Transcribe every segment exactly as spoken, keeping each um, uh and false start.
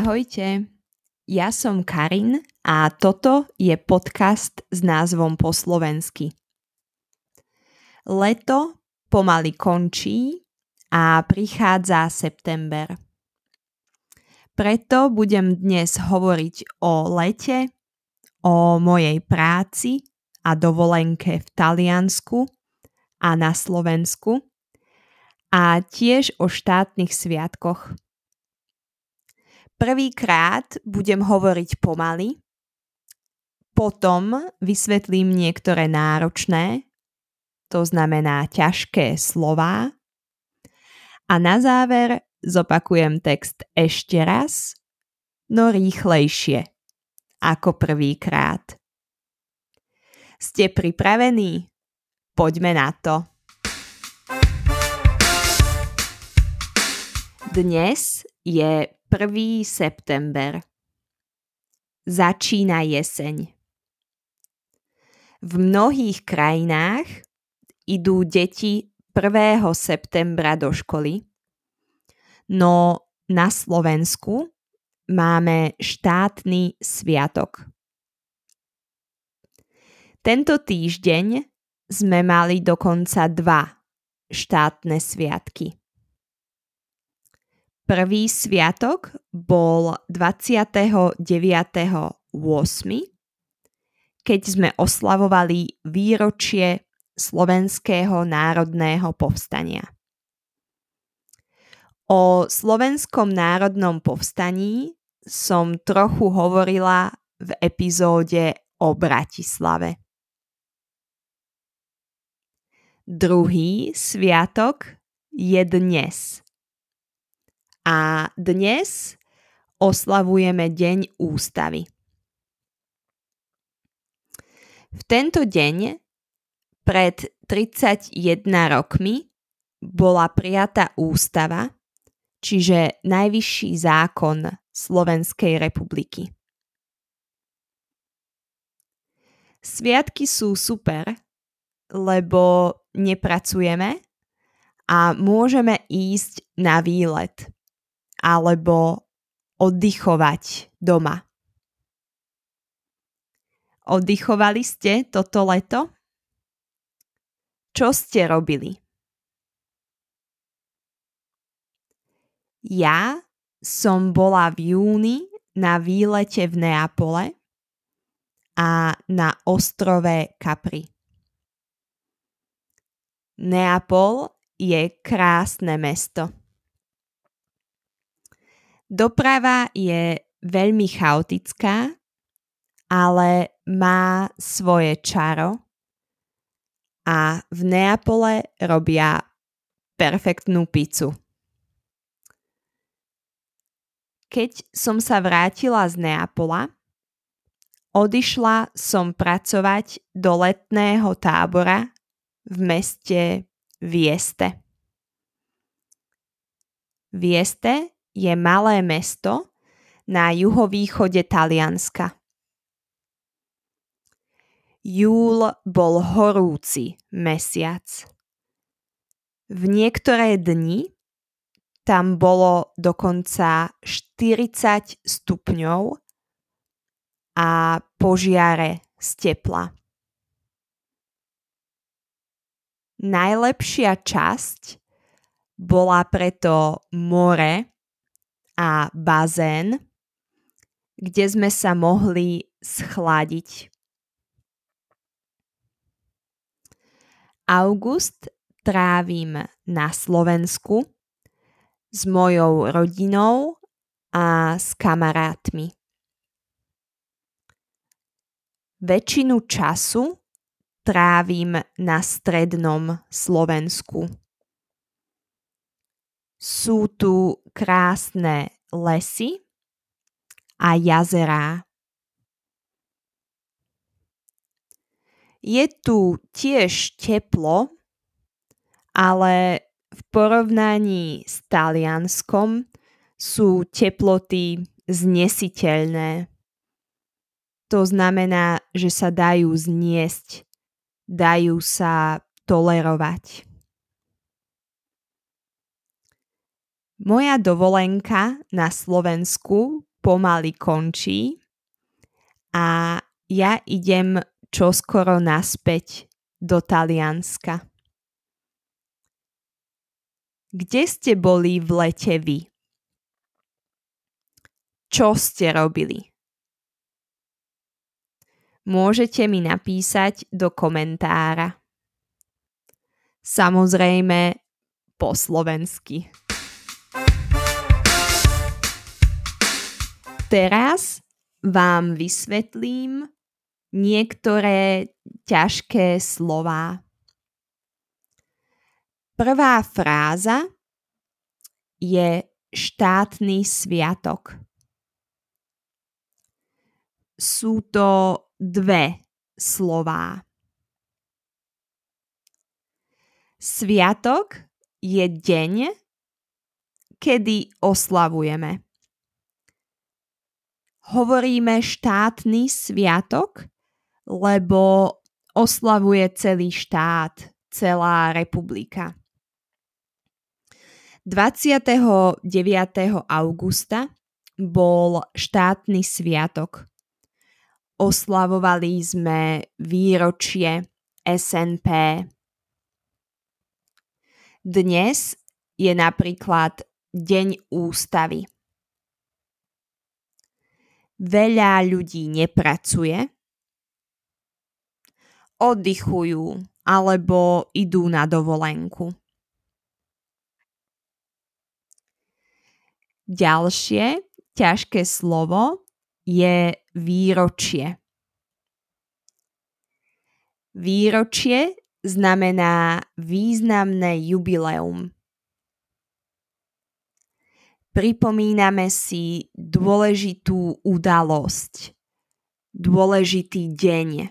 Ahojte, ja som Karin a toto je podcast s názvom Po slovensky. Leto pomaly končí a prichádza september. Preto budem dnes hovoriť o lete, o mojej práci a dovolenke v Taliansku a na Slovensku a tiež o štátnych sviatkoch. Prvýkrát budem hovoriť pomaly, potom vysvetlím niektoré náročné, to znamená ťažké slová a na záver zopakujem text ešte raz, no rýchlejšie ako prvýkrát. Ste pripravení? Poďme na to. Dnes je prvý september. Začína jeseň. V mnohých krajinách idú deti prvého septembra do školy, no na Slovensku máme štátny sviatok. Tento týždeň sme mali dokonca dva štátne sviatky. Prvý sviatok bol dvadsiateho deviateho ôsmeho keď sme oslavovali výročie Slovenského národného povstania. O Slovenskom národnom povstaní som trochu hovorila v epizóde o Bratislave. Druhý sviatok je dnes. A dnes oslavujeme Deň ústavy. V tento deň pred tridsaťjeden rokmi bola prijatá ústava, čiže najvyšší zákon Slovenskej republiky. Sviatky sú super, lebo nepracujeme a môžeme ísť na výlet alebo oddychovať doma. Oddychovali ste toto leto? Čo ste robili? Ja som bola v júni na výlete v Neapole a na ostrove Capri. Neapol je krásne mesto. Doprava je veľmi chaotická, ale má svoje čaro a v Neapole robia perfektnú pizzu. Keď som sa vrátila z Neapola, odišla som pracovať do letného tábora v meste Vieste. Vieste je malé mesto na juhovýchode Talianska. Júl bol horúci mesiac. V niektoré dni tam bolo dokonca štyridsať stupňov a požiare z tepla. Najlepšia časť bola preto more a bazén, kde sme sa mohli schladiť. August trávim na Slovensku s mojou rodinou a s kamarátmi. Väčšinu času trávim na strednom Slovensku. Sú tu krásne lesy a jazerá. Je tu tiež teplo, ale v porovnaní s Talianskom sú teploty znesiteľné. To znamená, že sa dajú zniesť, dajú sa tolerovať. Moja dovolenka na Slovensku pomaly končí a ja idem čoskoro naspäť do Talianska. Kde ste boli v lete vy? Čo ste robili? Môžete mi napísať do komentára. Samozrejme po slovensky. Teraz vám vysvetlím niektoré ťažké slová. Prvá fráza je štátny sviatok. Sú to dve slová. Sviatok je deň, kedy oslavujeme. Hovoríme štátny sviatok, lebo oslavuje celý štát, celá republika. dvadsiateho deviateho augusta bol štátny sviatok. Oslavovali sme výročie es en pé. Dnes je napríklad Deň ústavy. Veľa ľudí nepracuje, oddychujú alebo idú na dovolenku. Ďalšie ťažké slovo je výročie. Výročie znamená významné jubileum. Pripomíname si dôležitú udalosť, dôležitý deň.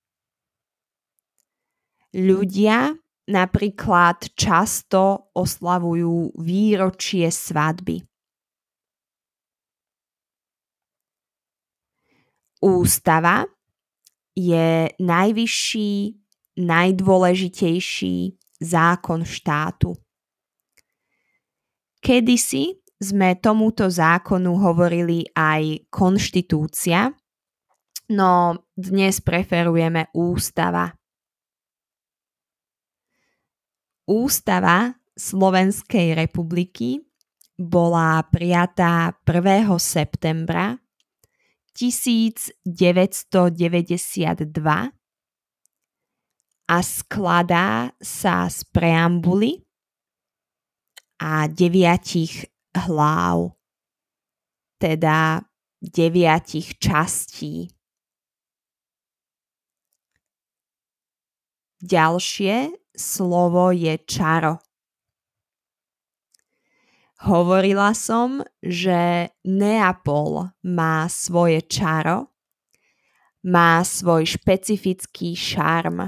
Ľudia napríklad často oslavujú výročie svadby. Ústava je najvyšší, najdôležitejší zákon štátu. Kedysi sme tomuto zákonu hovorili aj konštitúcia, no dnes preferujeme ústava. Ústava Slovenskej republiky bola prijatá prvého septembra tisícdeväťstodeväťdesiatdva a skladá sa z preambuly a deviatich hlav, teda deviatich častí. Ďalšie slovo je čaro. Hovorila som, že Neapol má svoje čaro, má svoj špecifický šarm.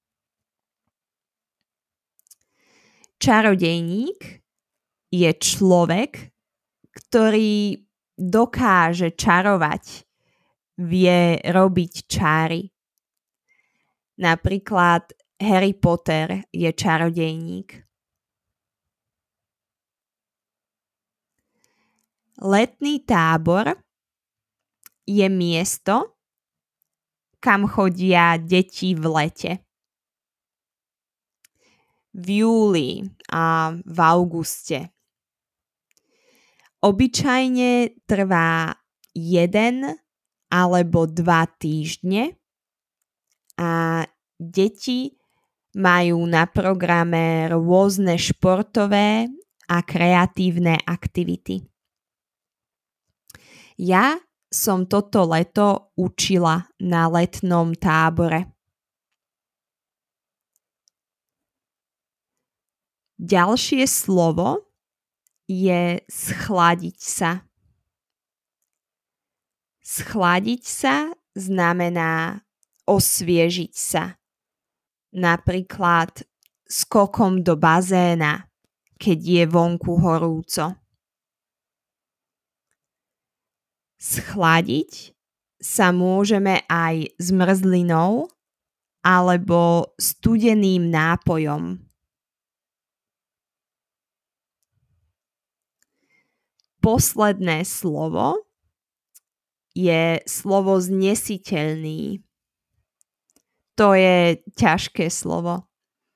Čarodejník je človek, ktorý dokáže čarovať, vie robiť čáry. Napríklad Harry Potter je čarodejník. Letný tábor je miesto, kam chodia deti v lete. V júli a v auguste. Obyčajne trvá jeden alebo dva týždne a deti majú na programe rôzne športové a kreatívne aktivity. Ja som toto leto učila na letnom tábore. Ďalšie slovo je schladiť sa. Schladiť sa znamená osviežiť sa. Napríklad skokom do bazéna, keď je vonku horúco. Schladiť sa môžeme aj zmrzlinou alebo studeným nápojom. Posledné slovo je slovo znesiteľný. To je ťažké slovo.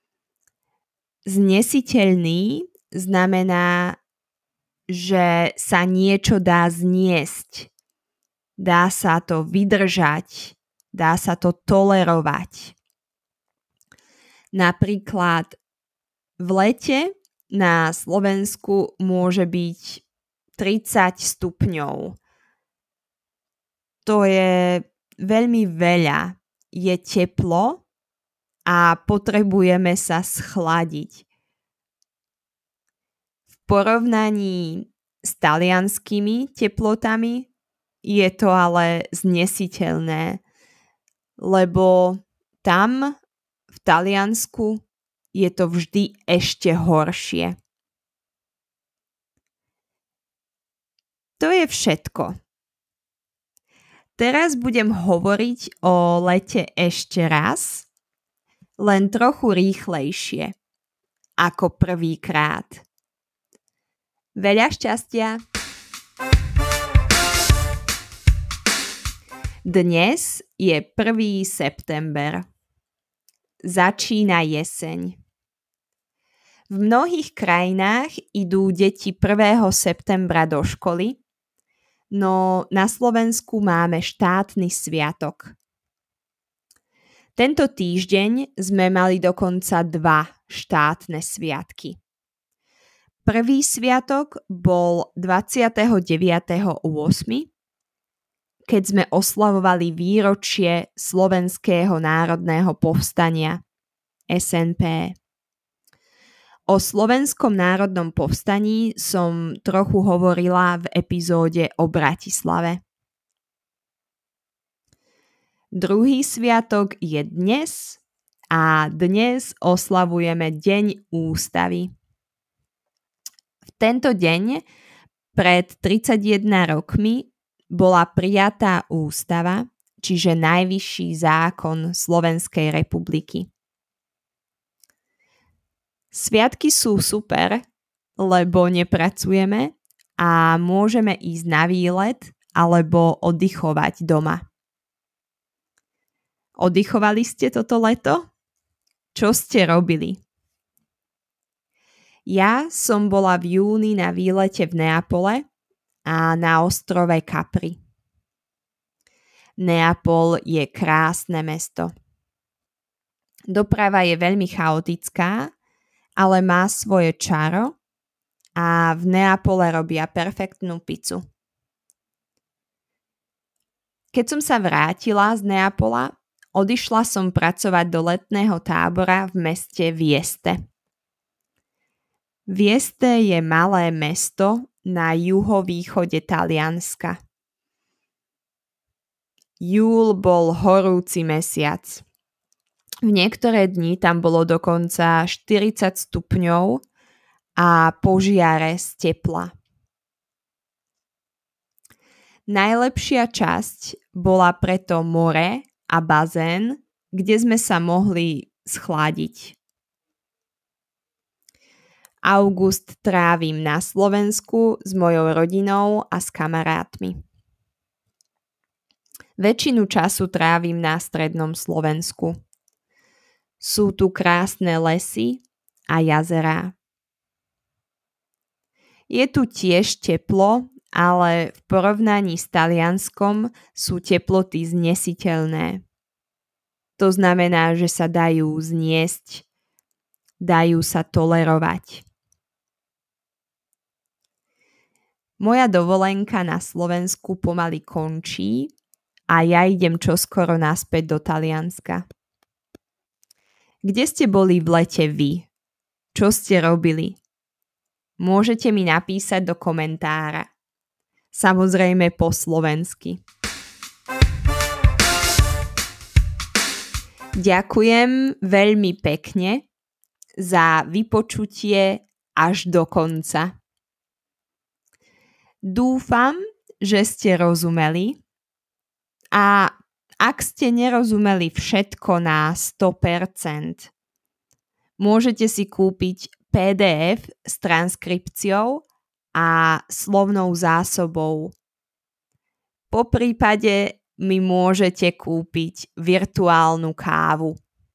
Znesiteľný znamená, že sa niečo dá zniesť. Dá sa to vydržať. Dá sa to tolerovať. Napríklad v lete na Slovensku môže byť tridsať stupňov. To je veľmi veľa. Je teplo a potrebujeme sa schladiť. V porovnaní s talianskými teplotami je to ale znesiteľné, lebo tam v Taliansku je to vždy ešte horšie. To je všetko. Teraz budem hovoriť o lete ešte raz, len trochu rýchlejšie, ako prvýkrát. Veľa šťastia! Dnes je prvý september. Začína jeseň. V mnohých krajinách idú deti prvého septembra do školy, no na Slovensku máme štátny sviatok. Tento týždeň sme mali dokonca dva štátne sviatky. Prvý sviatok bol dvadsiateho deviateho ôsmeho, keď sme oslavovali výročie Slovenského národného povstania es en pé. O Slovenskom národnom povstaní som trochu hovorila v epizóde o Bratislave. Druhý sviatok je dnes a dnes oslavujeme Deň ústavy. V tento deň pred tridsaťjeden rokmi bola prijatá ústava, čiže najvyšší zákon Slovenskej republiky. Sviatky sú super, lebo nepracujeme a môžeme ísť na výlet alebo oddychovať doma. Oddychovali ste toto leto? Čo ste robili? Ja som bola v júni na výlete v Neapole a na ostrove Capri. Neapol je krásne mesto. Doprava je veľmi chaotická, ale má svoje čaro a v Neapole robia perfektnú pizzu. Keď som sa vrátila z Neapola, odišla som pracovať do letného tábora v meste Vieste. Vieste je malé mesto na juhovýchode Talianska. Júl bol horúci mesiac. V niektoré dni tam bolo dokonca štyridsať stupňov a požiare z tepla. Najlepšia časť bola preto more a bazén, kde sme sa mohli schladiť. August trávim na Slovensku s mojou rodinou a s kamarátmi. Väčšinu času trávim na strednom Slovensku. Sú tu krásne lesy a jazerá. Je tu tiež teplo, ale v porovnaní s Talianskom sú teploty znesiteľné. To znamená, že sa dajú zniesť, dajú sa tolerovať. Moja dovolenka na Slovensku pomaly končí a ja idem čoskoro naspäť do Talianska. Kde ste boli v lete vy? Čo ste robili? Môžete mi napísať do komentára. Samozrejme po slovensky. Ďakujem veľmi pekne za vypočutie až do konca. Dúfam, že ste rozumeli a ak ste nerozumeli všetko na sto percent, môžete si kúpiť pé dé ef s transkripciou a slovnou zásobou. Po prípade mi môžete kúpiť virtuálnu kávu.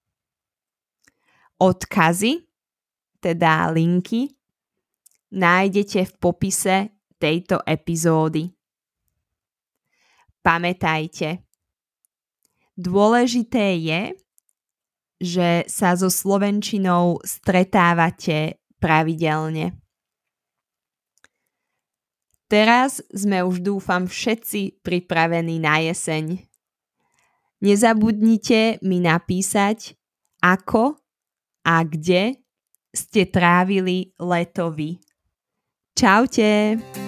Odkazy, teda linky, nájdete v popise tejto epizódy. Pamätajte, dôležité je, že sa so slovenčinou stretávate pravidelne. Teraz sme už dúfam všetci pripravení na jeseň. Nezabudnite mi napísať, ako a kde ste trávili leto vy. Čaute!